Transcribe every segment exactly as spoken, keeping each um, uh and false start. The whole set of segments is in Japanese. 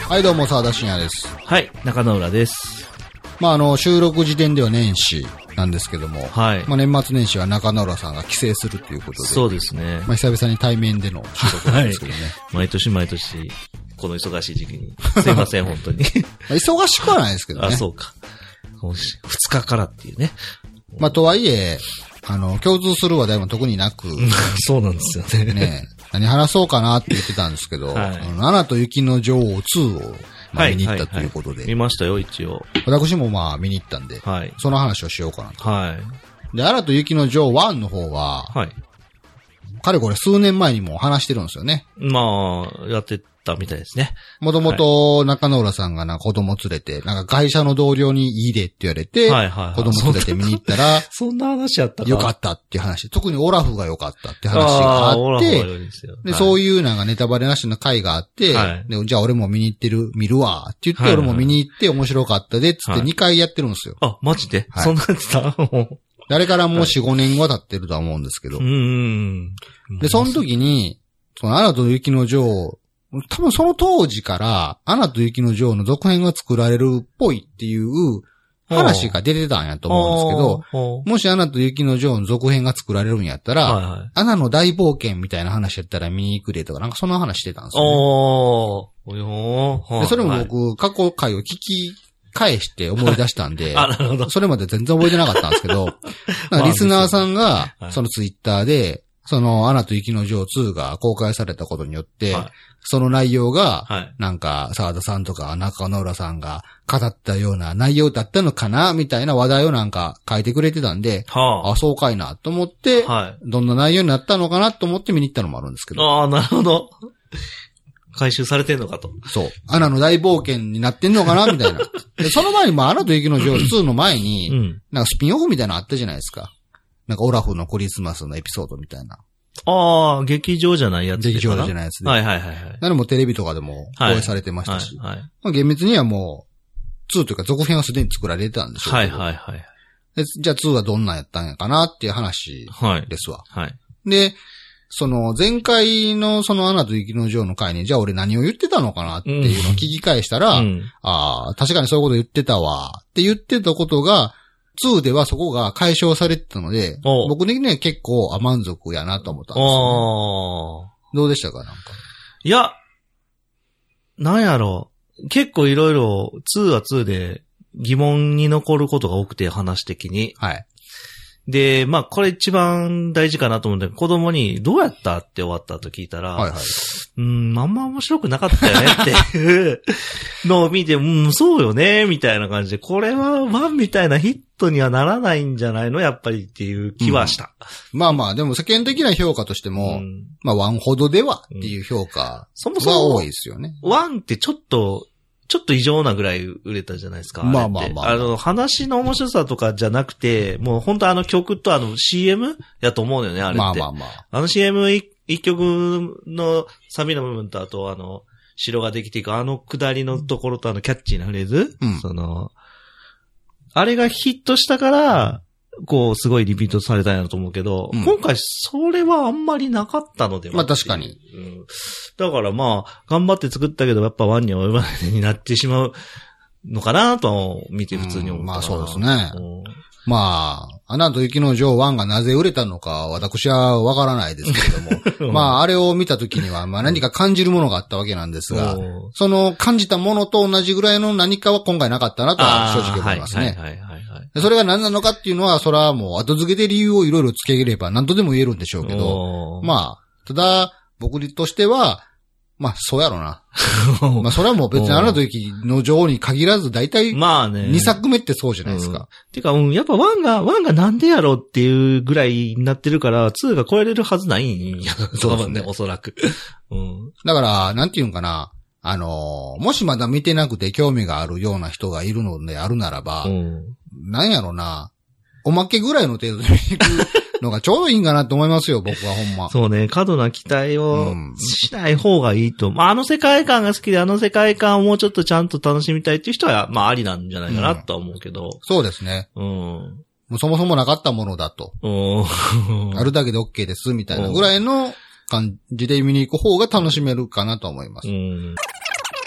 はい、どうも、沢田信也です。 はい、中野浦です。 まあ、あの、収録時点では年始なんですけども、はい。まあ、年末年始は中野浦さんが帰省するということで。 そうですね。 まあ、久々に対面での収録なんですけどね。はい、 毎年毎年、この忙しい時期に。すいません、本当に。 忙しくはないですけどね。 あ、そうか。二日からっていうね。 まあ、とはいえ、あの、共通する話題も特になく。 そうなんですよね。 ね。何話そうかなって言ってたんですけど、はい、あのアナと雪の女王ツーを、まあ、見に行ったということで、はいはいはい。 見ましたよ、一応。 私もまあ見に行ったんで、はい、その話をしようかなと。はい。で、アナと雪の女王ワンの方は、はい。かれこれ数年前にも話してるんですよね。 まあ、やってたみたいですね。 もともと中野浦さんがなんか子供連れて、なんか会社の同僚にいいでって言われて、はいはいはい、子供連れて見に行ったら、 そんな話やったか。 よかったっていう話。特にオラフが良かったって話があって、で、はい、そういうなんかネタバレなしの回があって、はい、でじゃあ俺も見に行ってる、見るわって言って、俺も見に行って面白かったでっつってにかいやってるんですよ。 はい、あ、マジで、はい、そんなやってた誰からもうよん、ごねんは経ってるとは思うんですけど。 うん。 で、その時に、そのアナと雪の女王、多分その当時から、アナと雪の女王の続編が作られるっぽいっていう話が出てたんやと思うんですけど、もしアナと雪の女王の続編が作られるんやったら、はいはい、アナの大冒険みたいな話やったら見に行くでとか、なんかそんな話してたんですよね。おーよーでそれも僕、はい、過去回を聞き返して思い出したんで、 あ、なるほど。 それまで全然覚えてなかったんですけど、リスナーさんが、そのツイッターで、そのアナと雪の女王ツーが公開されたことによって、はい、その内容が、はい、なんか沢田さんとか中野浦さんが語ったような内容だったのかなみたいな話題をなんか書いてくれてたんで、はあ、あ、そうかいなと思って、はい、どんな内容になったのかなと思って見に行ったのもあるんですけど。 ああ、なるほど。回収されてんのかと。 そう。アナの大冒険になってんのかなみたいな。でその前に、まあ、アナと雪の女王ツーの前に、うん、なんかスピンオフみたいなのあったじゃないですか。なんかオラフのクリスマスのエピソードみたいな。 ああ、劇場じゃないやつで。 劇場じゃないやつで。 はいはいはいはい。 なのもテレビとかでも放映されてましたし。はいはいはい、まあ、厳密にはもう、ツーというか続編はすでに作られてたんでしょうけど。はいはいはい。でじゃあツーはどんなんやったんやかなっていう話ですわ。はい。はい、で、その前回のそのアナと雪の女王の回に、じゃあ俺何を言ってたのかなっていうのを聞き返したら、うん、ああ、確かにそういうこと言ってたわって言ってたことが、ツーではそこが解消されてたので、僕的には結構あ満足やなと思ったんですよ、ね。どうでしたかなんか。 いや、なんやろう。結構いろいろツーはツーで疑問に残ることが多くて話的に。はい。で、まあこれ一番大事かなと思うんだけど、子供にどうやったって終わったと聞いたら、はいはい、うーん、あんま面白くなかったよねっていうのを見て、うん、そうよね、みたいな感じで、これはワンみたいなヒットにはならないんじゃないのやっぱりっていう気はした。 うん、まあまあ、でも世間的な評価としても、うん、まあワンほどではっていう評価が多いですよね。 ワンってちょっと、ちょっと異常なぐらい売れたじゃないですか。まあまあまあ。あの、話の面白さとかじゃなくて、もう本当あの曲とあの シーエム やと思うのよね、あれって。まあまあまあ。あの シーエム 一曲のサビの部分とあとあの、城ができていくあの下りのところとあのキャッチーなフレーズ、うん、その、あれがヒットしたから、こう、すごいリピートされたんやと思うけど、うん、今回それはあんまりなかったのでは。 まあ確かに。 うん、だからまあ、頑張って作ったけど、やっぱワンには及ばないになってしまうのかなとは見て普通に思った、うん。 まあそうですね。うん、まあ、アナと雪の女王ワンがなぜ売れたのか、私はわからないですけれども、まああれを見たときには、まあ何か感じるものがあったわけなんですが、その感じたものと同じぐらいの何かは今回なかったなとは正直思いますね。はいはいはいはいそれが何なのかっていうのは、それはもう後付けで理由をいろいろつければ何とでも言えるんでしょうけど、まあ、ただ、僕としては、まあ、そうやろな。まあ、それはもう別にあの時の女王に限らず、大体、まあね。にさくめってそうじゃないですか。うん、 てか、うん、やっぱワンが、ワンがなんでやろうっていうぐらいになってるから、ツーが超えれるはずないんや。そうですね、おそらく。 うん。だから、なんていうんかな。あのー、もしまだ見てなくて興味があるような人がいるのであるならば、うん、なんやろな、おまけぐらいの程度で見ていくのがちょうどいいんかなと思いますよ、僕はほんま。 そうね、過度な期待をしない方がいいと。まあ、あの世界観が好きで、あの世界観をもうちょっとちゃんと楽しみたいっていう人は、まあ、ありなんじゃないかなとは思うけど。うん、 そうですね。うん。もうそもそもなかったものだと。あるだけで OK です、みたいなぐらいの感じで見に行く方が楽しめるかなと思います。うん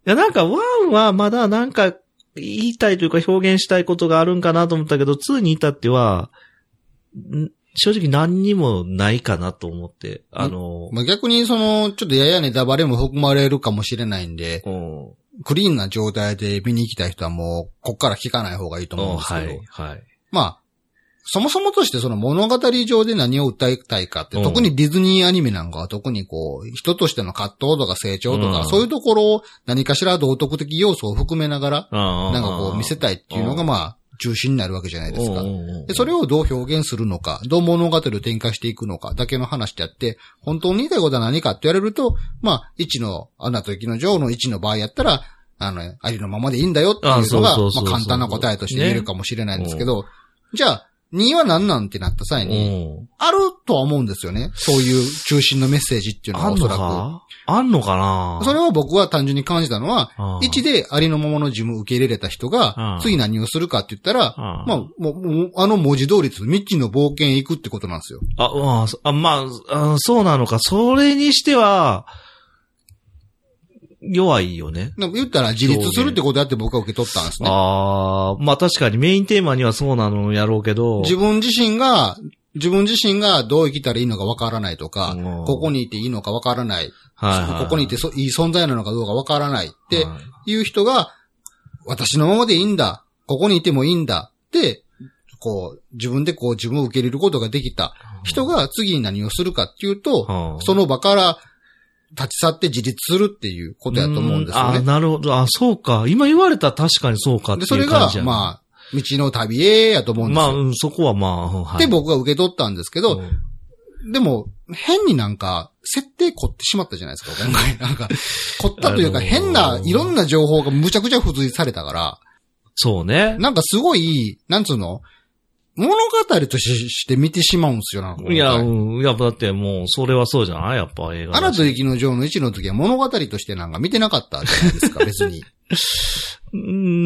や、なんかワンはまだなんか言いたいというか表現したいことがあるんかなと思ったけど、ツーに至っては、正直何にもないかなと思って、あの、 まあ、逆にその、ちょっとややネタバレも含まれるかもしれないんで、うん、クリーンな状態で見に行きたい人はもう、こっから聞かない方がいいと思うんですけど、はい、はい。まあ、そもそもとしてその物語上で何を訴えたいかって、うん、特にディズニーアニメなんかは特にこう、人としての葛藤とか成長とか、うん、そういうところを何かしら道徳的要素を含めながら、うん、なんかこう見せたいっていうのがまあ、中心になるわけじゃないですか。で、それをどう表現するのか、どう物語を展開していくのかだけの話であって、本当に言いたいことは何かって言われると、まあ、一の、アナと雪の女王の一の場合やったら、あの、ありのままでいいんだよっていうのが、まあ簡単な答えとして言えるかもしれないんですけど、ね、じゃあ、には何なんってなった際に、あるとは思うんですよね。そういう中心のメッセージっていうのはおそらく。 あんのかな？ それは僕は単純に感じたのは、いちでありのままの自分を受け入れれた人が、次何をするかって言ったら、まあ、もう、あの文字通りです。未知の冒険へ行くってことなんですよ。 あ、あまあ、そうなのか。それにしては、弱いよね。 言ったら自立するってことやって僕は受け取ったんですね。 ああ、まあ確かにメインテーマにはそうなのやろうけど。 自分自身が、自分自身がどう生きたらいいのかわからないとか、ここにいていいのかわからない。はいはいはい、ここにいてそいい存在なのかどうかわからないっていう人が、私のままでいいんだ。ここにいてもいいんだ。って、こう、自分でこう自分を受け入れることができた人が次に何をするかっていうと、その場から立ち去って自立するっていうことやと思うんですよね。 あ、なるほど。あ、そうか。今言われたら確かにそうかっていう感じや、ね。で、それが、 まあ、道の旅へやと思うんですよ。 まあ、うん、そこはまあ、はい。 で、僕が受け取ったんですけど、うん、でも、変になんか、設定凝ってしまったじゃないですか、今回。なんか、凝ったというか、変な、いろんな情報がむちゃくちゃ付随されたから。 そうね。 なんかすごい、なんつうの物語として見てしまうんですよ、なんか。 いや、うん、やっぱだってもう、それはそうじゃないやっぱ映画。 アナと雪の女王の一の時は物語としてなんか見てなかったじゃないですか、別に。 うん、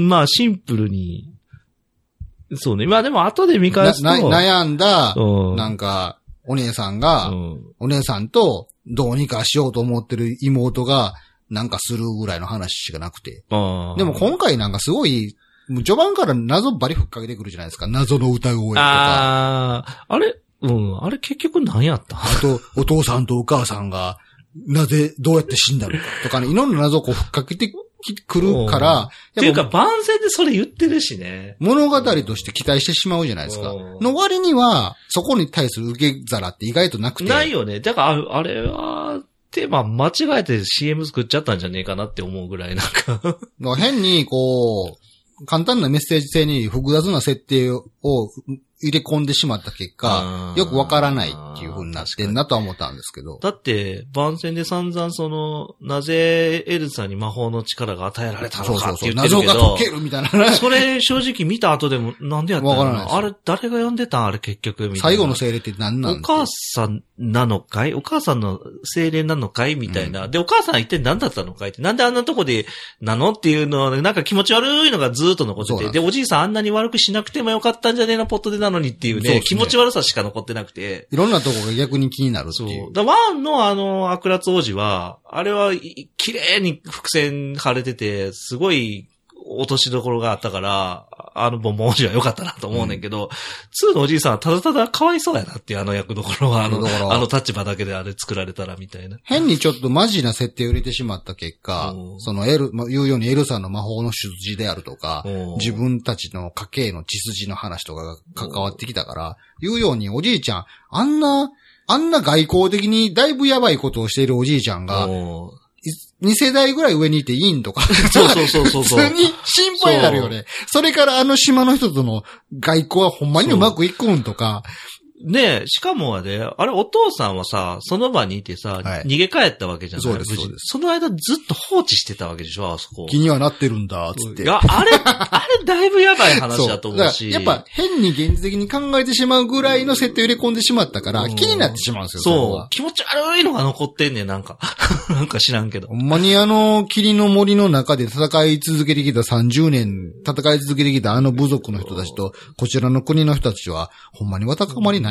まあ、シンプルに。そうね。まあでも後で見返すと。 悩んだ、うん、なんか、お姉さんが、うん、お姉さんとどうにかしようと思ってる妹が、なんかするぐらいの話しかなくて。でも今回なんかすごい、序盤から謎バリふっかけてくるじゃないですか。謎の歌声とか。 ああ、あれうん、あれ結局何やったあと、お父さんとお母さんが、なぜ、どうやって死んだのかとかね、いろんな謎をこうふっかけてくるから。 っていうか番宣でそれ言ってるしね。 物語として期待してしまうじゃないですか。の割には、そこに対する受け皿って意外となくて。 ないよね。だから、あれは、テーマ間違えて シーエム 作っちゃったんじゃねえかなって思うぐらいなんか。 変に、こう、簡単なメッセージ性に複雑な設定を入れ込んでしまった結果、よくわからないっていう風になってんなとは思ったんですけど。 だって、番宣で散々その、なぜエルサに魔法の力が与えられたのかって言ってるけど。そうそうそう、謎が解けるみたいな。それ正直見た後でもなんでやったの？わからない。あれ、誰が読んでたんあれ結局みたいな。 最後の精霊って何なんお母さんなのかいお母さんの精霊なのかいみたいな、うん。で、お母さんは一体何だったのかいって、なんであんなとこでなのっていうのは、なんか気持ち悪いのがずーっと残ってて、で、おじいさんあんなに悪くしなくてもよかったんじゃねえのポットでなのにっていうね。気持ち悪さしか残ってなくて。 いろんなとこが逆に気になるっていう。 そう。だワンのあの、悪辣王子は、あれは、綺麗に伏線張れてて、すごい落としどころがあったから、あのボンボン王子は良かったなと思うねんけど、うん、ツーのおじいさんはただただかわいそうやなっていうあの役どころは、あの、あの立場だけであれ作られたらみたいな。 変にちょっとマジな設定を入れてしまった結果、そのエル、言うようにエルサの魔法の出自であるとか、自分たちの家系の血筋の話とかが関わってきたから、言うようにおじいちゃん、あんな、あんな外交的にだいぶやばいことをしているおじいちゃんが、に世代ぐらい上にいていいんとか。 そうそうそうそう。 普通に心配になるよね。そ, それからあの島の人との外交はほんまにうまくいくんとか。 ねえ、しかもはね、あれお父さんはさ、その場にいてさ、はい、逃げ帰ったわけじゃないそうです、そうです。 その間ずっと放置してたわけでしょ、あそこ。 気にはなってるんだ、つって。 いや、あれ、あれだいぶやばい話だと思うし。 やっぱ変に現実的に考えてしまうぐらいの設定を入れ込んでしまったから、気になってしまうんですよ、 そう。気持ち悪いのが残ってんねん、なんか。なんか知らんけど。 ほんまにあの、霧の森の中で戦い続けてきたさんじゅうねん、戦い続けてきたあの部族の人たちと、こちらの国の人たちは、ほんまにわたかまりない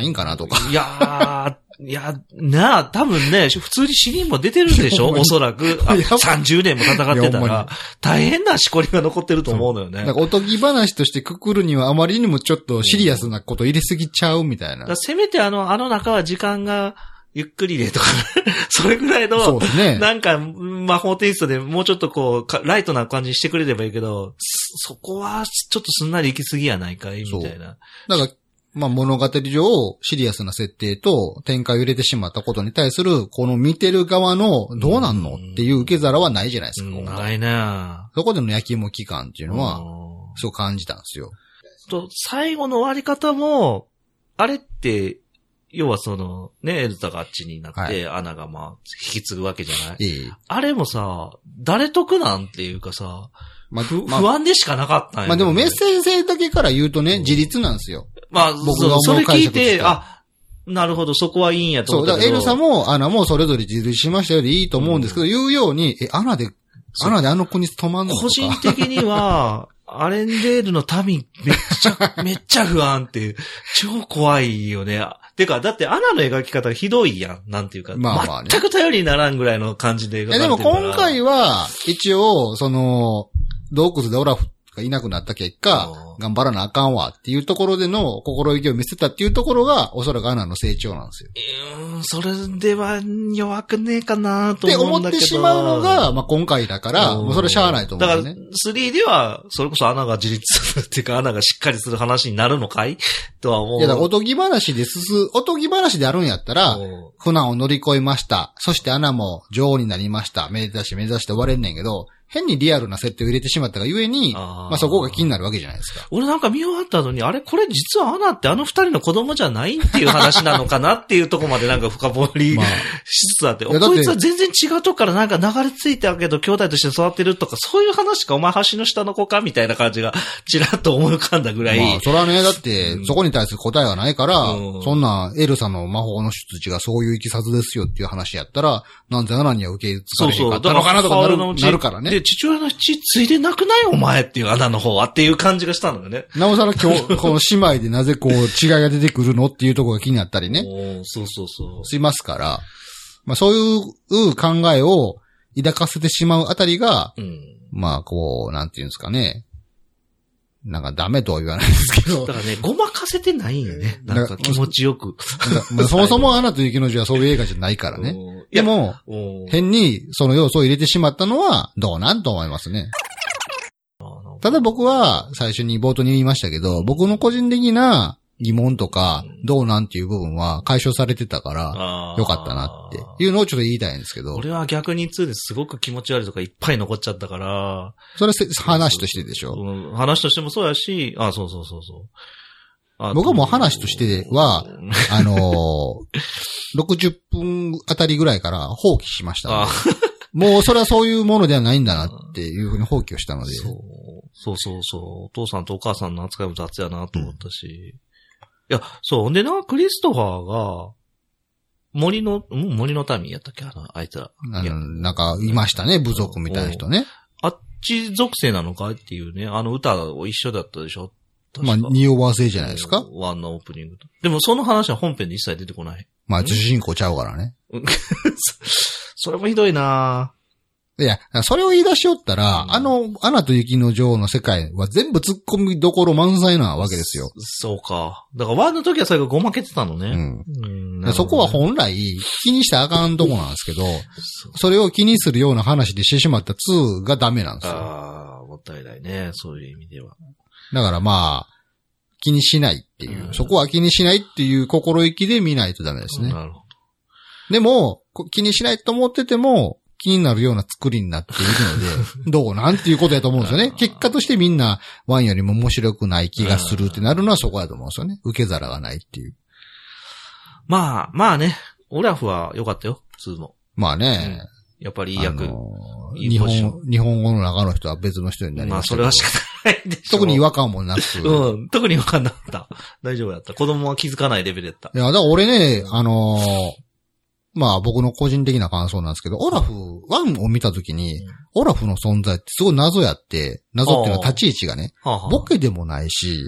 ないんかなとか。 いやー、いや、なあ、多分ね、普通に死人も出てるでしょおそらく。さんじゅうねんも戦ってたら、大変なしこりが残ってると思うのよね。 なんかおとぎ話としてくくるにはあまりにもちょっとシリアスなこと入れすぎちゃうみたいな。 だせめてあの、あの中は時間が、ゆっくりでとか、それぐらいの、 そうですね。 なんか、魔法テイストでもうちょっとこう、ライトな感じにしてくれればいいけど、そこはちょっとすんなり行き過ぎやないかいみたいな。 だから、まあ物語上、シリアスな設定と展開を入れてしまったことに対する、この見てる側の、どうなんのっていう受け皿はないじゃないですか。 うん、ないね。 そこでの焼き芋期間っていうのは、そう感じたんですよ。 と、最後の終わり方も、あれって、要はその、ね、エルタがあっちになって、はい、アナがまあ、引き継ぐわけじゃない、いいあれもさ、誰得なんっていうかさ、まあ、不安でしかなかったんや、ね。 まあでもメッセージだけから言うとね、自立なんですよ。 まあ、僕がそれ聞いて、あ、なるほど、そこはいいんやと思ったけど。 そう、だからエルサもアナもそれぞれ自立しましたよでいいと思うんですけど、うん、言うように、え、アナで、アナであの子に止まんのとか。 個人的には、アレンデールの民、めっちゃ、めっちゃ不安っていう、超怖いよね。てか、だってアナの描き方がひどいやん。なんていうか。まあまあね。全く頼りにならんぐらいの感じで描かれてるから。 でも今回は、一応、その、洞窟でオラフがいなくなった結果、頑張らなあかんわっていうところでの心意気を見せたっていうところが、おそらくアナの成長なんですよ。 うーん、それでは弱くねえかなと思うんだけど。って思ってしまうのが、まあ、今回だから、もうそれしゃあないと思うんね。 だから、 スリーでは、それこそアナが自立するっていうか、アナがしっかりする話になるのかいとは思う。 いや、だからおとぎ話で進む、おとぎ話であるんやったら、苦難を乗り越えました。そしてアナも女王になりました。目指して目指して終われんねんけど、変にリアルな設定を入れてしまったがゆえに、あまあそこが気になるわけじゃないですか。 俺なんか見終わった後に、あれこれ実はアナってあの二人の子供じゃないっていう話なのかなっていうところまでなんか深掘りまあ、しつつあって、こいつは全然違うとこからなんか流れ着いたけど兄弟として育ってるとか、そういう話かお前橋の下の子かみたいな感じがちらっと思い浮かんだぐらい。まあそれはね、だってそこに対する答えがないから、うん、そんなエルサの魔法の出自がそういういきさつですよっていう話やったら、なんでアナには受け継がれへんかったのかなとかなる、なるからね。 で、父親の血ついでなくないお前っていうアナの方はっていう感じがしたのよね。 なおさら今日、この姉妹でなぜこう違いが出てくるのっていうところが気になったりね。 そうそうそう。 しますから、まあそういう考えを抱かせてしまうあたりが、うん、まあこう、なんていうんですかね。なんかダメとは言わないですけど。 だからね、ごまかせてないんよね。なんか気持ちよく。 まあ、そもそもアナと雪の女はそういう映画じゃないからね。でも、変にその要素を入れてしまったのはどうなんと思いますね。ただ僕は最初に冒頭に言いましたけど、僕の個人的な疑問とか、どうなんていう部分は解消されてたから、よかったなっていうのをちょっと言いたいんですけど。 俺は逆ににですごく気持ち悪いとかいっぱい残っちゃったから。 それ話としてでしょ。 うん、話としてもそうやし、あ、そうそうそうそう。 僕はもう話としては、あのー、ろくじゅっぷんあたりぐらいから放棄しましたので。もうそれはそういうものではないんだなっていうふうに放棄をしたので。 そうそうそうそう。お父さんとお母さんの扱いも雑やなと思ったし。うん、いや、そう。でな、クリストファーが、森の、ん森の民やったっけあの、あいつら。 あの、なんか、いましたね、部族みたいな人ね。 あっち属性なのかっていうね、あの歌が一緒だったでしょまあ、匂わせじゃないですかワンのオープニングと。でもその話は本編で一切出てこない。 まあ、主人公ちゃうからね。 それもひどいないや、それを言い出しよったら、うん、あの、アナと雪の女王の世界は全部突っ込みどころ満載なわけですよ。 そうか。だからワンの時はそれがごまけてたのね。うん。 うん、そこは本来気にしたらあかんとこなんですけど、それを気にするような話でしてしまったツーがダメなんですよ。 ああ、もったいないね。そういう意味では。 だからまあ、気にしないっていう、うん、そこは気にしないっていう心意気で見ないとダメですね。うん、なるほど。でも、気にしないと思ってても、気になるような作りになっているので、どうなんていうことやと思うんですよね。結果としてみんなワンよりも面白くない気がするってなるのはそこやと思うんですよね。受け皿がないっていう。 まあ、まあね、オラフは良かったよ、ツーも。 まあね。 うん、やっぱりいい役。あのー、いい日本、日本語の中の人は別の人になりましたけど。 まあそれは仕方ないでしょ。 特に違和感もなく。 うん、特に違和感なかった。大丈夫だった。子供は気づかないレベルだった。 いや、だから俺ね、あのー、まあ僕の個人的な感想なんですけど、オラフワンを見たときに、うん、オラフの存在ってすごい謎やって、謎っていうのは立ち位置がね、はあはあ、ボケでもないし、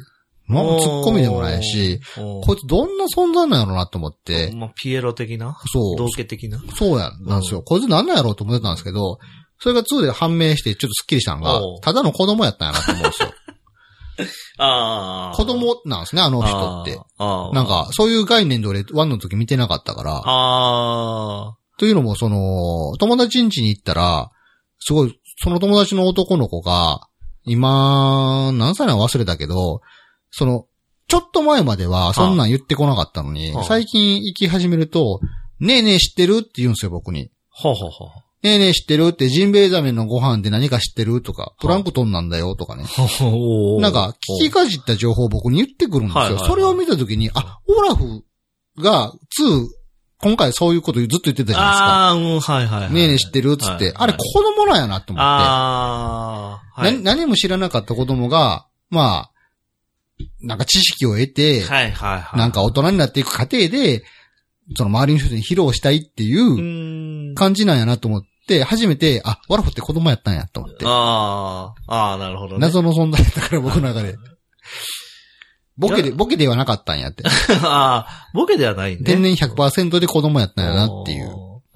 まあ、ツッコミでもないし、こいつどんな存在なんやろうなと思って。 まあ、ピエロ的なそう。 道家的なそうや、なんですよ。こいつなんなんやろうと思ってたんですけど、それがツーで判明してちょっとスッキリしたのが、ただの子供やったんやなと思うんですよ。 ああ。 子供なんですね、あの人って。あなんか、そういう概念で俺、ワンの時見てなかったから。ああ。というのも、その、友達ん家に行ったら、すごい、その友達の男の子が、今、何歳なの忘れたけど、その、ちょっと前まではそんなん言ってこなかったのに、最近行き始めると、ねえねえ知ってるって言うんですよ、僕に。 はははねえねえ知ってるってジンベエザメのご飯って何か知ってるとか、プランクトンなんだよとかね。なんか、聞きかじった情報を僕に言ってくるんですよ。それを見たときに、あ、オラフがツー、今回そういうことずっと言ってたじゃないですか。 ああ、うん、はいはい、はい。 ねえねえ知ってるっつって、はいはい、あれ子供なんやなと思って。ああ、はい。何も知らなかった子供が、まあ、なんか知識を得て、はいはいはい。なんか大人になっていく過程で、その周りの人に披露したいっていう感じなんやなと思って、初めて、あ、ワラフって子供やったんやと思って。 ああ、ああ、なるほどね。 謎の存在だったから僕の中で。ボケで、ボケではなかったんやって。 ああ、ボケではないね。 天然 ひゃくパーセント で子供やったんやなっていう。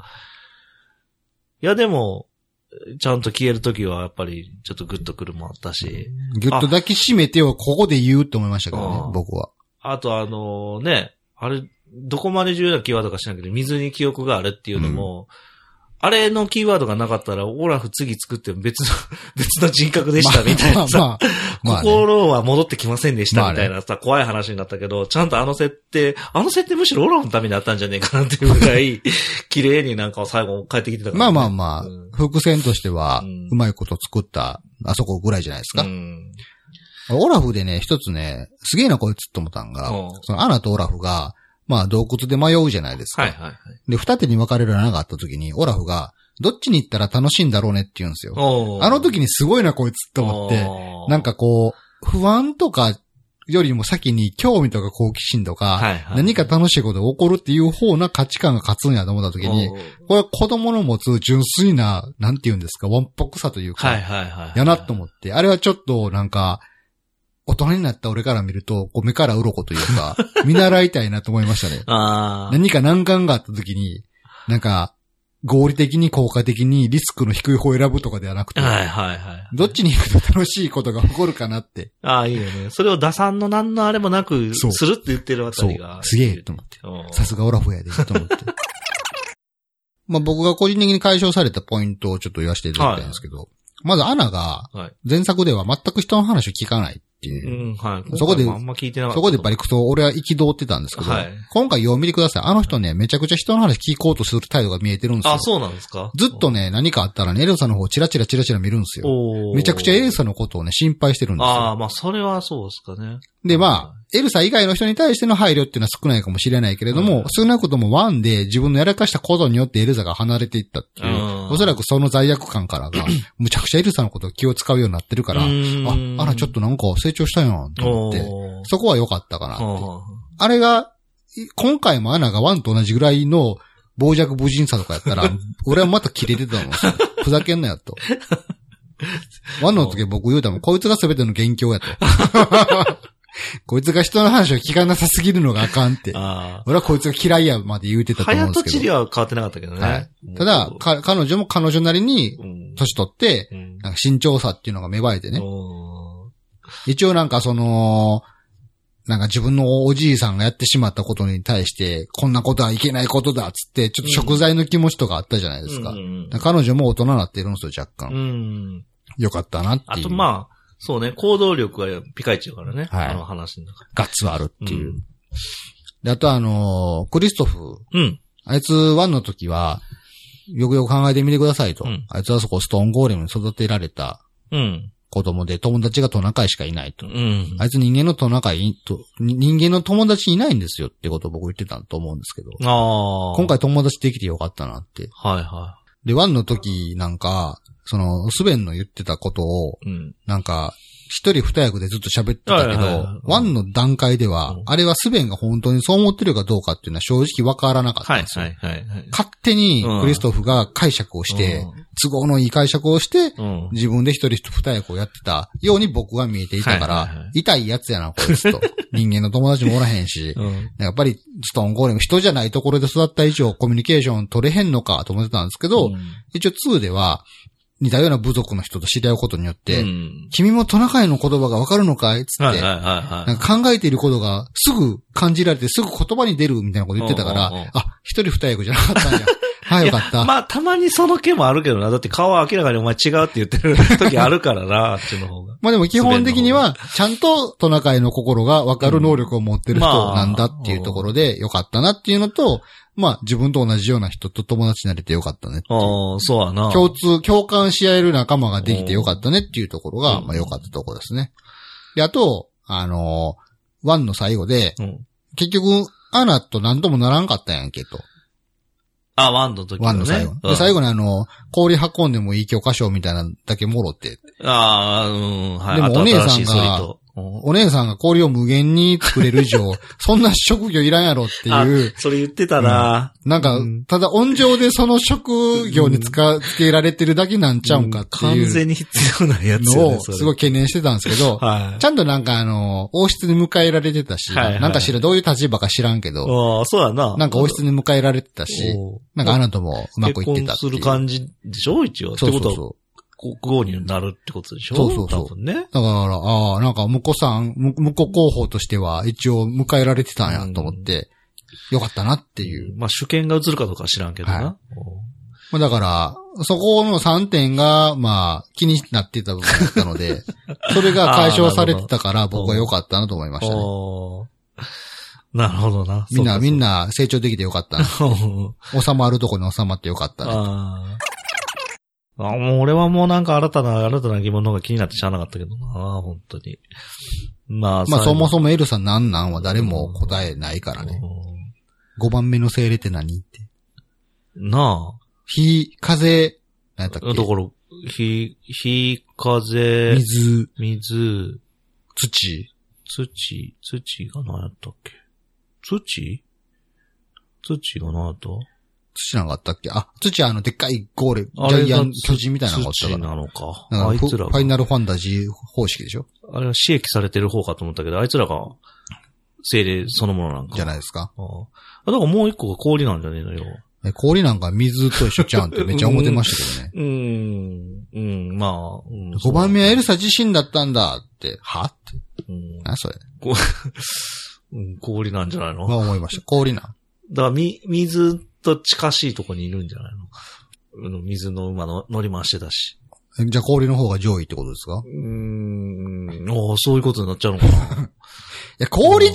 いやでも、ちゃんと消えるときはやっぱりちょっとグッとくるもあったし。 ギュッと抱きしめてをここで言うって思いましたけどね、僕は。 あとあのね、あれ、どこまで重要なキーワードか知らんけど、水に記憶があるっていうのも、うん、あれのキーワードがなかったら、オラフ次作っても別の、別の人格でしたみたいなさ、まあまあまあね、心は戻ってきませんでしたみたいなさ、まあね、怖い話になったけど、ちゃんとあの設定、あの設定むしろオラフのためにあったんじゃねえかなっていうぐらい、綺麗になんか最後帰ってきてたから、 ね。まあまあまあ、うん、伏線としては、うまいこと作った、あそこぐらいじゃないですか。うん、オラフでね、一つね、すげえなこいつって思ったんが、そのアナとオラフが、まあ洞窟で迷うじゃないですか。はいはいはい。で、二手に分かれる穴があった時に、オラフが、どっちに行ったら楽しいんだろうねって言うんですよ。あの時にすごいなこいつって思って、なんかこう、不安とかよりも先に興味とか好奇心とか、はいはい、何か楽しいことが起こるっていう方な価値観が勝つんやと思った時に、これは子供の持つ純粋な、なんて言うんですか、ワンぽくさというか、はいはいはいはい、やなと思って、あれはちょっとなんか、大人になった俺から見ると、こう目から鱗というか、見習いたいなと思いましたね。あ何か難関があった時に、なんか、合理的に効果的にリスクの低い方を選ぶとかではなくて、はいはいはい。どっちに行くと楽しいことが起こるかなって。 ああ、いいよね。それを打算の何のあれもなく、するって言ってるあたりが。 そう、すげえと思って。さすがオラフやで、と思って。まあ僕が個人的に解消されたポイントをちょっと言わせていただきたいんですけど、はい、まずアナが、前作では全く人の話を聞かないっていう。うん、はい。そこで、あんま聞いてなかったそこでバリクソ俺は憤ってたんですけど、はい、今回よう見てください。あの人ね、めちゃくちゃ人の話聞こうとする態度が見えてるんですよ。 あ、そうなんですか？ ずっとね、何かあったらね、エルサの方チラチラチラチラ見るんですよ。めちゃくちゃエルサのことをね、心配してるんですよ。 ああ、まあそれはそうですかね。 で、まあ、エルサ以外の人に対しての配慮っていうのは少ないかもしれないけれども、はい、少なくともワンで自分のやらかしたことによってエルサが離れていったっていう、おそらくその罪悪感からが、むちゃくちゃエルサのことを気を使うようになってるから、あ、あらちょっとなんか成長したよと思って、そこは良かったかなって。あれが、今回もアナがワンと同じぐらいの傍若無人さとかやったら、俺はまたキレてたの。ふざけんなよと。ワンの時僕言うたもん、こいつが全ての元凶やと。こいつが人の話を聞かなさすぎるのがあかんって。俺はこいつが嫌いやまで言うてたと思うんですけど。 ハヤトチリは変わってなかったけどね。はい、 ただ、か、彼女も彼女なりに、年取って、うん、なんか慎重さっていうのが芽生えてね。一応なんかその、なんか自分のおじいさんがやってしまったことに対して、こんなことはいけないことだっつって、ちょっと贖罪の気持ちとかあったじゃないですか。うん、彼女も大人になってるんですよ、若干。うん、よかったなっていう。 あとまあ、そうね、行動力はピカイチだからね。はい。あの話の中で。 ガッツはあるっていう。うん、で、あとあのー、クリストフ。うん。あいつワンの時は、よくよく考えてみてくださいと。うん、あいつはそこストーンゴーレムに育てられた。うん。子供で友達がトナカイしかいないと。うん。あいつ人間のトナカイと、人間の友達いないんですよってことを僕言ってたと思うんですけど。ああ。今回友達できてよかったなって。はいはい。で、ワンの時なんか、その、スベンの言ってたことを、うん、なんか、一人二役でずっと喋ってたけど、ワンの段階では、うん、あれはスベンが本当にそう思ってるかどうかっていうのは正直わからなかったんですよ。はいはいはいはい、勝手にクリストフが解釈をして、 都合のいい解釈をして、うん、自分で一人二役をやってたように僕は見えていたから、はいはいはい、痛いやつやな、こいつと。人間の友達もおらへんし、うん、やっぱりストーンゴーレム、人じゃないところで育った以上コミュニケーション取れへんのかと思ってたんですけど、うん、一応ツーでは、似たような部族の人と知り合うことによって、うん、君もトナカイの言葉がわかるのかいつって、はいはいはいはい、なんか考えていることがすぐ感じられてすぐ言葉に出るみたいなこと言ってたから、うんうんうん、あ、一人二役じゃなかったんや。はい、よかった。 まあ、たまにその気もあるけどな。だって顔は明らかにお前違うって言ってる時あるからな、あっちの方が。 まあでも基本的には、ちゃんとトナカイの心がわかる能力を持ってる人なんだっていうところでよかったなっていうのと、まあ自分と同じような人と友達になれてよかったねっていう。 ああ、そうやな。 共通、共感し合える仲間ができてよかったねっていうところが、まあよかったところですね。で、あと、あのー、ワンの最後で、うん、結局、アナと何ともならんかったやんけと。 あ、ワンの時のね。 ワンの最後。で、最後にあの、氷運んでもいい教科書みたいなのだけもろって。 ああ、うん、はい。 でもお姉さんが、お姉さんが氷を無限に作れる以上、そんな職業いらんやろっていう。 それ言ってたな、 うん、なんか、うん、ただ温情でその職業につか、つけられてるだけなんちゃうんかっていう、うん。 完全に必要なやつのをすごい懸念してたんですけど、はい、ちゃんとなんかあの、王室に迎えられてたし、はいはい、なんか知ら、どういう立場か知らんけど、 ああ、そうやな。 なんか王室に迎えられてたし、なんかあなたもうまくいってたっていう。 結婚する感じでしょ一応。そうそうそう。国王になるってことでしょそうそうそう。多分ね。だから、ああ、なんか、婿さん、婿候補としては一応迎えられてたんやと思って、うん、よかったなっていう。 まあ、主権が移るかどうかは知らんけどな。はい、まあ、だから、そこのさんてんが、まあ、気になってた部分だったので、それが解消されてたから僕はよかったなと思いましたね。 なるほどな。 みんな、みんな成長できてよかったな。収まるとこに収まってよかったね。 あもう俺はもうなんか新たな、新たな疑問の方が気になってしゃあなかったけどな、本当に。まあ、 まあそもそもエルサなんなんは誰も答えないからね。ごばんめの精霊って何って。 なあ。 火、風、何やったっけ？ だから、火、火、風、 水、 水、 土、 土、土が何やったっけ？土？土が何やった？ 土なんかあったっけあ、土はあの、でっかいゴーレ、ジャイアン巨人みたいなのがあったから。 土なのか。 あいつらが。ファイナルファンタジー方式でしょあれは刺激されてる方かと思ったけど、あいつらが、精霊そのものなんか。 じゃないですか。 ああ。だからもう一個が氷なんじゃねえのよ。 え、氷なんか水と一緒ちゃうんってめっちゃ思ってましたけどね。 うん、うん、うん、まあ、うん。 ごばんめはエルサ自身だったんだって、はって。うん。何それ。 うん、氷なんじゃないの？ まあ思いました。氷なん。 だからみ、水、と近しいとこにいるんじゃないの？水の馬の乗り回してたし。 じゃあ氷の方が上位ってことですか？うーん。ああ、そういうことになっちゃうのかな。いや、氷って、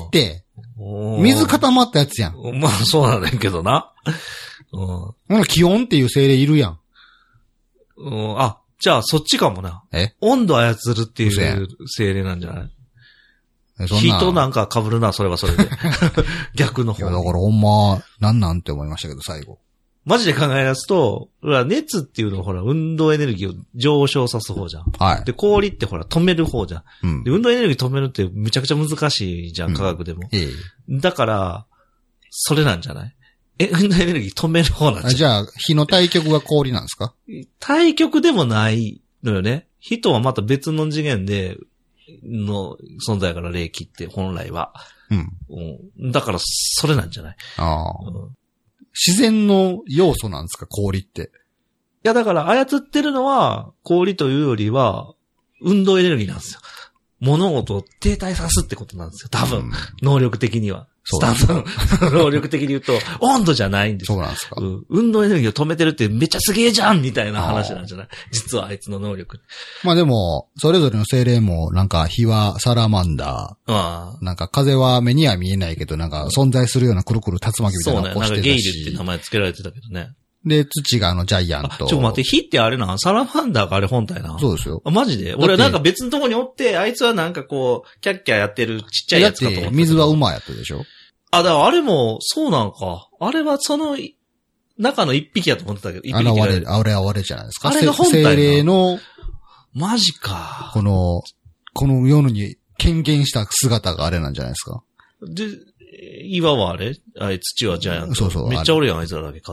水固まったやつやん。 まあ、そうなんだけどな。 うん。気温っていう精霊いるやん。 うん。あ、じゃあそっちかもな。 え？ 温度操るっていう精霊なんじゃない？火となんか被るな、それはそれで。逆の方。 いや、だからほんま、なんなんて思いましたけど、最後。 マジで考え出すと、熱っていうのはほら、運動エネルギーを上昇さす方じゃん。 はい。 で、氷ってほら、止める方じゃん。うん。で、運動エネルギー止めるってめちゃくちゃ難しいじゃん、科学でも。 うん、ええ。だから、それなんじゃない？え、運動エネルギー止める方なんじゃん。 じゃあ、火の対極が氷なんですか？ 対極でもないのよね。火とはまた別の次元で、の存在から霊気って本来は。 うん。 うん、だから、それなんじゃない？ ああ、うん。自然の要素なんですか、氷って。いや、だから操ってるのは、氷というよりは、運動エネルギーなんですよ。物事を停滞さすってことなんですよ。多分、うん、能力的には。スタンドの能力的に言うと、温度じゃないんですよ。 そうなんですか、 うん。運動エネルギーを止めてるってめっちゃすげえじゃんみたいな話なんじゃない？実はあいつの能力。 まあでも、それぞれの精霊も、なんか火はサラマンダー。あなんか風は目には見えないけど、なんか存在するようなくるくる竜巻みたいなのを起こしてたし。そうね。なんかゲイルって名前つけられてたけどね。 で、土があのジャイアント。 ちょっと待って、火ってあれな、サラマンダーがあれ本体な。 そうですよ。 あ、マジで？俺はなんか別のとこにおって、あいつはなんかこう、キャッキャやってるちっちゃいやつかと思って。 水は馬やったでしょ？ あ、だからあれも、そうなんか。あれはその、中の一匹やと思ってたけど、一匹。 あれ、あれはあれじゃないですか。 あれが本体な。 精霊の、 マジか。 この、この世に権限した姿があれなんじゃないですか。 で、岩はあれあれ、土はジャイアント。 そうそう。 めっちゃおるやん、あいつらだけ数が。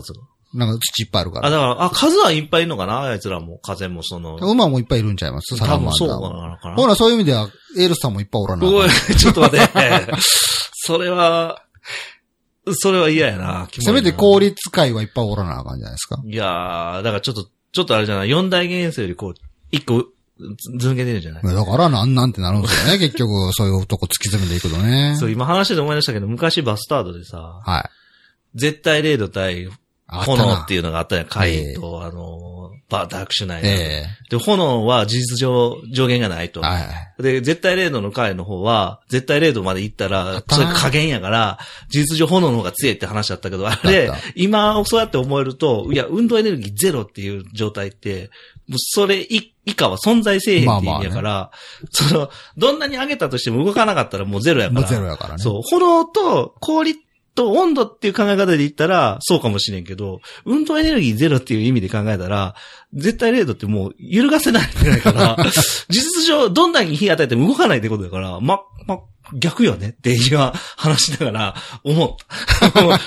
なんか土いっぱいあるから。 あ、だから、あ、数はいっぱいいるのかなあいつらも。風もその。 馬もいっぱいいるんちゃいますサラマンダー。 多分そうなのかな。 ほら、そういう意味では、エールスさんもいっぱいおらな。 おい、ちょっと待って。それは、それは嫌やな。 せめて氷使いはいっぱいおらなあかんじゃないですか。 いやー、だからちょっと、ちょっとあれじゃない、四大元素よりこう、一個、ずんけてるじゃないだからなんなんてなるんですよね。結局、そういうとこ突き詰めていくとね。 そう、今話で思い出したけど、昔バスタードでさ、 はい。 絶対零度対炎っていうのがあったやん。怪と、あの、バーダークシュナイダー。えー、で、炎は事実上上限がないと。はい。で、絶対零度の怪の方は、絶対零度まで行ったら、それ加減やから、事実上炎の方が強いって話だったけど、あれ、今そうやって思えると、いや、運動エネルギーゼロっていう状態って、もうそれ以下は存在せえへんって意味やから、まあまあね、その、どんなに上げたとしても動かなかったらもうゼロやから。 もうゼロやからね。 そう、炎と氷と温度っていう考え方で言ったら、そうかもしれんけど、運動エネルギーゼロっていう意味で考えたら、絶対零度ってもう揺るがせないんじゃないから、事実上どんなに火与えても動かないってことだから、ま、ま、逆よねって今話しながら思った。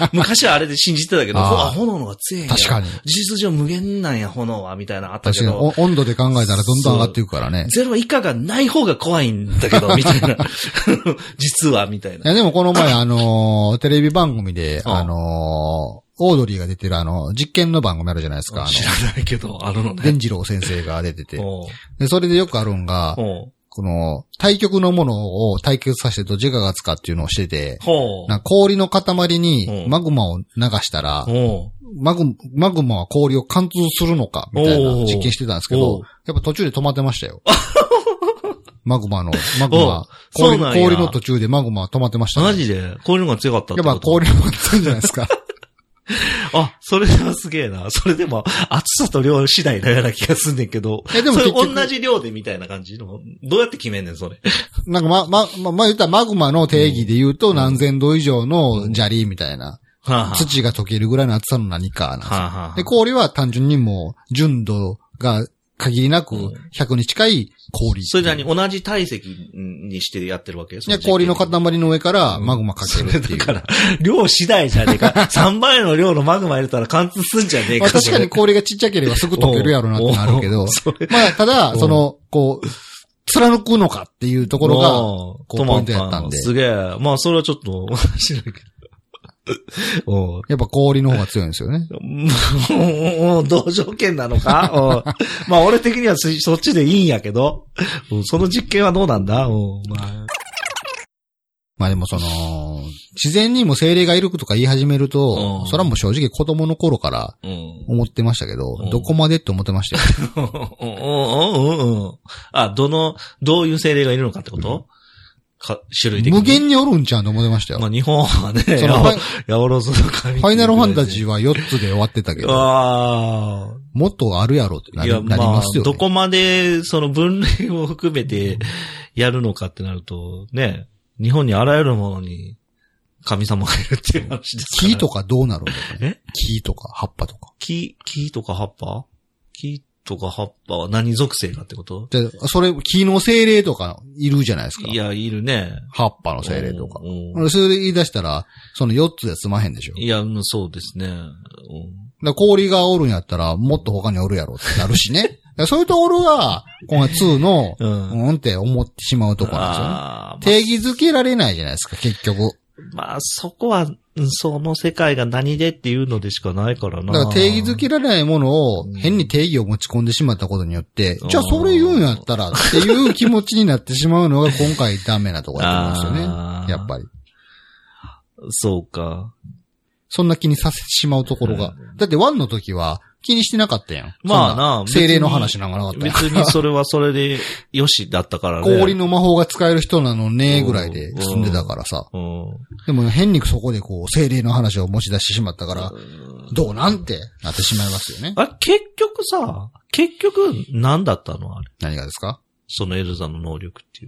昔はあれで信じてたけど、あ炎の方が強いんや。 確かに。 事実上無限なんや、炎は、みたいなあったけど。 確かに。温度で考えたらどんどん上がっていくからね。 ゼロ以下がない方が怖いんだけど、みたいな。実は、みたいな。 いや、でもこの前、あのー、テレビ番組で、あのー、オードリーが出てるあの、実験の番組あるじゃないですか。 知らないけど、あるのね。 伝次郎先生が出てて。で、それでよくあるんが、この、対極のものを対決させてどっちが勝つかっていうのをしてて、なんか氷の塊にマグマを流したら、マグ、マグマは氷を貫通するのか、みたいな実験してたんですけど、やっぱ途中で止まってましたよ。マグマの、マグマ氷、氷の途中でマグマは止まってましたね。 マジで氷の方が強かったってこと？ やっぱ氷の方が強いんじゃないですか。 あ、それはすげえな。それでも、厚さと量次第のような気がすんねんけど。え、でもそれ同じ量でみたいな感じのどうやって決めんねん、それ。 なんかま、ま、ま、まあ、言ったらマグマの定義で言うと何千度以上の砂利みたいな。うんうん、土が溶けるぐらいの厚さの何かなんですよ。はあはあ、で、氷は単純にもう、純度が限りなくひゃくに近い氷。 それなに同じ体積にしてやってるわけ？いや、氷の塊の上からマグマかけるっていう。 だから、量次第じゃねえか。さんばいの量のマグマ入れたら貫通すんじゃねえか。まあ、 確かに氷がちっちゃければすぐ溶けるやろなってなるけど。まあ、ただ、その、こう、貫くのかっていうところが、こう、ポイントやったんで。 すげえ。まあ、それはちょっと面白いけど。 やっぱ氷の方が強いんですよね。 同条件なのかまあ俺的にはそっちでいいんやけど、その実験はどうなんだ、まあ、 まあでもその、自然にも精霊がいるとか言い始めると、それはもう正直子供の頃から思ってましたけど、どこまでって思ってましたよ。あ、どの、どういう精霊がいるのかってこと、うんか種類的に。 無限におるんちゃうんと思ってましたよ。 まあ日本はね、そのヤオロズの神。 ファイナルファンタジーはよっつで終わってたけど。ああ。もっとあるやろってなり、いやなりますよね。 どこまでその分類を含めてやるのかってなると、ね、日本にあらゆるものに神様がいるっていう話ですから。 木とかどうなるんだろうね。木とか葉っぱとか。 木、木とか葉っぱ木とか葉っぱは何属性かってこと？ で、それ、木の精霊とかいるじゃないですか。 いや、いるね。 葉っぱの精霊とか。それで言い出したら、そのよっつで済まへんでしょ。 いや、そうですね。うん、 だ氷がおるんやったら、もっと他におるやろってなるしね。そういうところが、このツーの、うん、うんって思ってしまうところなんですよね。まあ、定義づけられないじゃないですか、結局。 まあ、そこは、その世界が何でっていうのでしかないからな。 だから定義づけられないものを変に定義を持ち込んでしまったことによって、うん、じゃあそれ言うんやったらっていう気持ちになってしまうのが今回ダメなところだと思うんですよね。やっぱり。 そうか。 そんな気にさせてしまうところが。うん、だってワンの時は気にしてなかったやん。 まあな。 精霊の話なんかなかったやん。 別にそれはそれでよしだったからね。 氷の魔法が使える人なのねぐらいで済んでたからさ。うんうん、でも変にそこでこう精霊の話を持ち出してしまったから、どうなんてなってしまいますよね。 あ、結局さ、結局何だったのあれ。 何がですか？ そのエルザの能力っていう。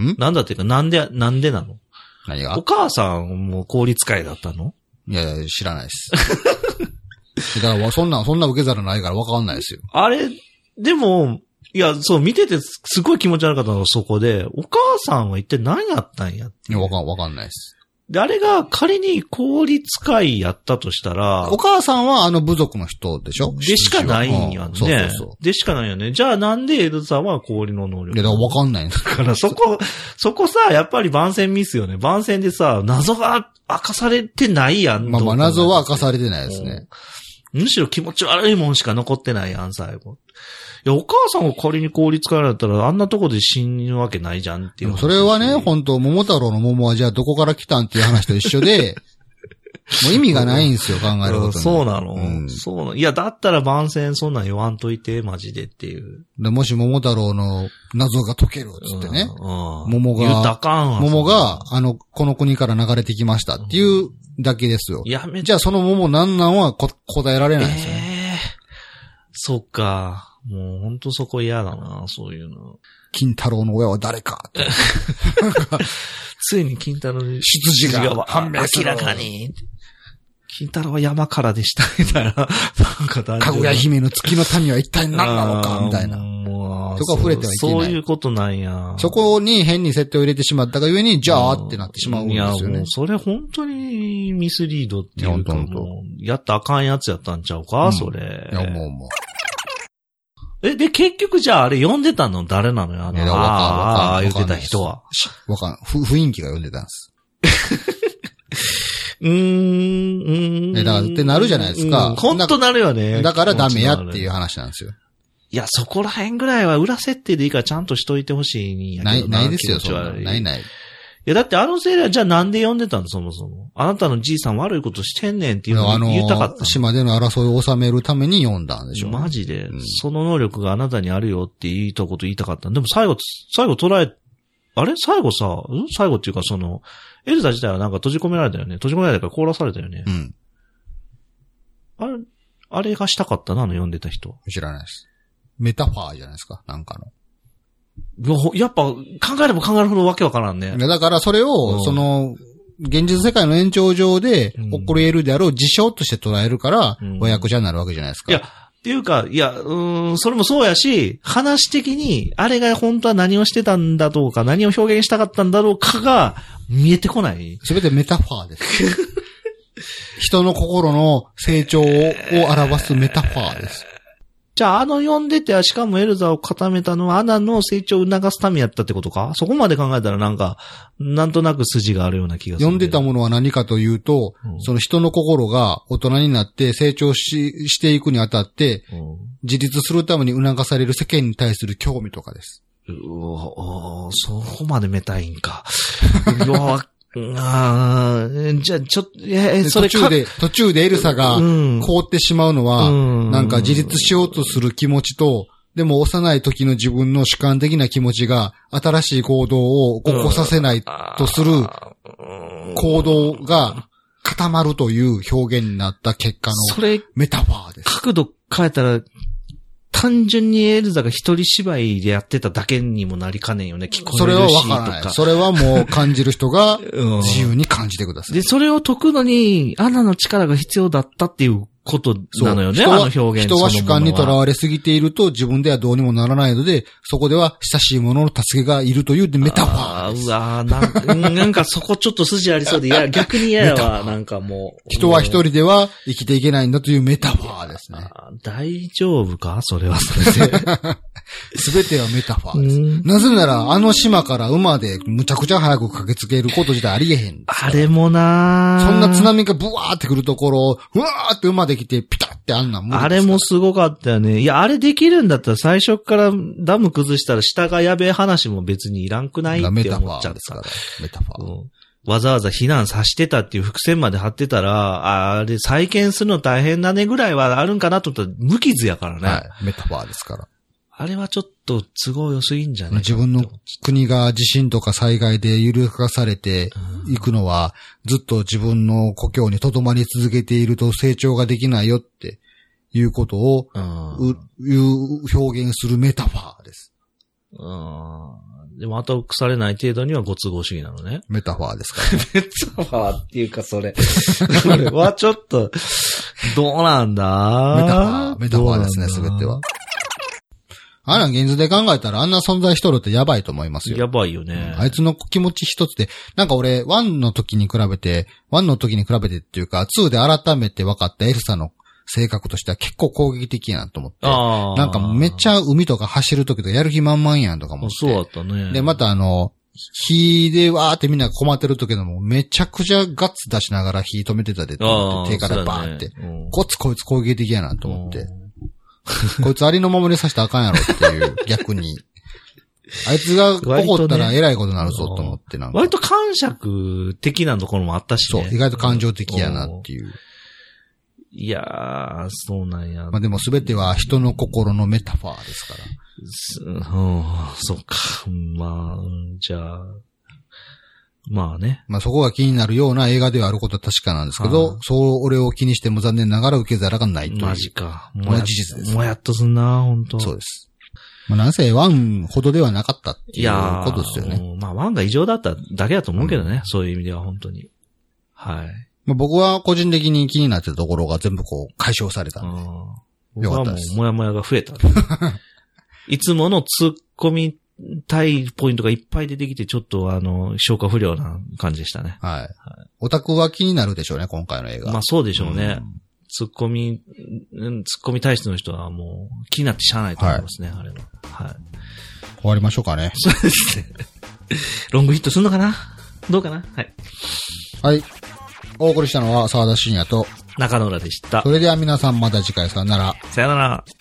ん？なんだっていうか、なんで、なんでなの？ 何が？ お母さんも氷使いだったの？ いやいや、知らないです。だから、そんな、そんな受け皿ないから分かんないですよ。 あれ、でも、いや、そう、見てて、すごい気持ち悪かったのがそこで、お母さんは一体何やったんやって。 いや、わかん、わかんないです。 で、あれが仮に氷使いやったとしたら、 お母さんはあの部族の人でしょ？ でしかないんやんね。そうそうそう。でしかないよね。じゃあなんでエルザは氷の能力？ いや、だからわかんないんですだからそこ、そこさ、やっぱり番宣ミスよね。番宣でさ、謎が明かされてないやん。 まあまあ謎は明かされてないですね。 むしろ気持ち悪いもんしか残ってないやん、最後。いや、お母さんが仮に氷使われたら、あんなとこで死ぬわけないじゃんっていう。 それはね、本当桃太郎の桃はじゃあどこから来たんっていう話と一緒で、もう意味がないんですよ、考えることに。 そうなの、うん、そうなの。いや、だったら番宣そんなん言わんといて、マジでっていう。 でもし桃太郎の謎が解けるっつってね。うんうん、桃が、 言ったかんわ桃が、あの、この国から流れてきましたっていうだけですよ。やめじゃあその桃なんなんはこ答えられないですよね。えー、 そっか。もうほんとそこ嫌だな、そういうの。 金太郎の親は誰かついに金太郎の出自が判明する。 明らかに。金太郎は山からでした、みたいな。なんかかぐや姫の月の民は一体何なのか、みたいな。もうそこは触れてはいけない。 そういうことなんや。 そこに変に設定を入れてしまったがゆえに、じゃあってなってしまうんですよね。いや、もうそれ本当にミスリードっていうか、もうやったらあかんやつやったんちゃうか、うん、それ。 いや、もうもう。 え、で、結局じゃああれ読んでたの誰なのよあの、ああ、言ってた人は。 わかんない。雰囲気が読んでたんです。 うーん、うーん。 え、だからってなるじゃないですか。 ほんとなるよね。 だからダメやっていう話なんですよ。 いや、そこら辺ぐらいは裏設定でいいからちゃんとしといてほしいんやけどな。 ない、ないですよ、そんな。ないない。 いや、だってあのセーラーじゃあなんで呼んでたのそもそも。あなたのじいさん悪いことしてんねんっていうのを言いたかった。 島での争いを収めるために呼んだんでしょう、ね。 マジで、うん。その能力があなたにあるよって言いたこと言いたかった。でも最後、最後捉え、あれ最後さ、ん最後っていうかその、エルザ自体はなんか閉じ込められたよね。閉じ込められたから凍らされたよね。 うん。 あれ、あれがしたかったな、あの読んでた人。 知らないです。メタファーじゃないですか、なんかの。 やっぱ、考えれば考えるほどわけわからんね。 だからそれを、その、現実世界の延長上で起こり得るであろう事象として捉えるから、お役者になるわけじゃないですか。 いや、っていうか、いや、うーん、それもそうやし、話的に、あれが本当は何をしてたんだろうか、何を表現したかったんだろうかが、見えてこない。 すべてメタファーです。人の心の成長を表すメタファーです。 じゃあ、あの読んでて、しかもエルザを固めたのは、アナの成長を促すためやったってことか？そこまで考えたらなんか、なんとなく筋があるような気がする。 読んでたものは何かというと、うん、その人の心が大人になって成長し、していくにあたって、うん、自立するために促される世間に対する興味とかです。 うおそこまでめたいんか。うわああ、じゃあ、ちょっと、え、それ途中で、途中でエルサが凍ってしまうのは、うん、なんか自立しようとする気持ちと、でも幼い時の自分の主観的な気持ちが新しい行動を起こさせないとする行動が固まるという表現になった結果のメタファーです。 角度変えたら、単純にエルザが一人芝居でやってただけにもなりかねんよね。聞こえるしとか。それはわからない。 それはもう感じる人が自由に感じてください。 で、それを解くのに、アナの力が必要だったっていうことなのよね、あの表現。 人は主観にとらわれすぎていると自分ではどうにもならないので、そこでは親しい者の助けがいるというメタファーです。 うわーなんなんかそこちょっと筋ありそうで、いや、逆に嫌やわ、なんかもう。 人は一人では生きていけないんだというメタファーですね。 大丈夫かそれはそれで。 すべてはメタファーです。なぜなら、あの島から馬でむちゃくちゃ早く駆けつけること自体ありえへん。 あれもなそんな津波がブワーってくるところを、うわーって馬で来て、ピタってあんな無理です。 あれもすごかったよね。いや、あれできるんだったら最初からダム崩したら下がやべえ話も別にいらんくないって思っちゃった。メタファーですから。 メタファー。 うんわざわざ避難させてたっていう伏線まで張ってたら、あれ再建するの大変だねぐらいはあるんかなと思ったら無傷やからね。 はい。メタファーですから。 あれはちょっと都合良すぎんじゃね自分の国が地震とか災害で揺るがされていくのは、ずっと自分の故郷に留まり続けていると成長ができないよっていうことを、ういう表現するメタファーです。 うんでも後腐れない程度にはご都合主義なのね。 メタファーですから、ね。 メタファーっていうかそれ。これはちょっと、どうなんだメタファー、メタファーですね、すべては。 あら、現実で考えたらあんな存在しとるってやばいと思いますよ。 やばいよね。 あいつの気持ち一つで、なんか俺、ワンの時に比べて、ワンの時に比べてっていうか、ツーで改めて分かったエルサの性格としては結構攻撃的やなと思って。あなんかめっちゃ海とか走る時とかやる気満々やんとか思って。 そうだったね。 で、またあの、火でわーってみんな困ってる時でもめちゃくちゃガッツ出しながら火止めてたで、手からバーンって。こっつこいつ攻撃的やなと思って。こいつありのままにさせたらあかんやろっていう、逆に。あいつが怒ったら偉いことになるぞと思ってなんか。 割と感触的なところもあったしね。 そう、意外と感情的やなっていう。 いやー、そうなんや。 まあでも全ては人の心のメタファーですから。 うん、そうか。まあ、じゃあ、まあね。 まあそこが気になるような映画ではあることは確かなんですけど、そう俺を気にしても残念ながら受け皿がないという。 マジか。 もう事実です。 もやっとすんな、本当。 そうです。まあなんせワンほどではなかったっていうことですよね。 いやまあワンが異常だっただけだと思うけどね、うん、そういう意味では本当に。はい。 まあ、僕は個人的に気になってたところが全部こう解消されたんで。 よかったです。僕はもうもやもやが増えた。いつもの突っ込みたいポイントがいっぱい出てきて、ちょっとあの、消化不良な感じでしたね。 はい。はい、オタクは気になるでしょうね、今回の映画。 まあそうでしょうね。うん、突っ込み、突っ込み体質の人はもう気になってしゃあないと思いますね、はい、あれは。はい。 終わりましょうかね。 そうですね。ロングヒットすんのかなどうかなはい。 はい。お送りしたのは沢田信也と中野浦でした。 それでは皆さんまた次回さよなら。 さよなら。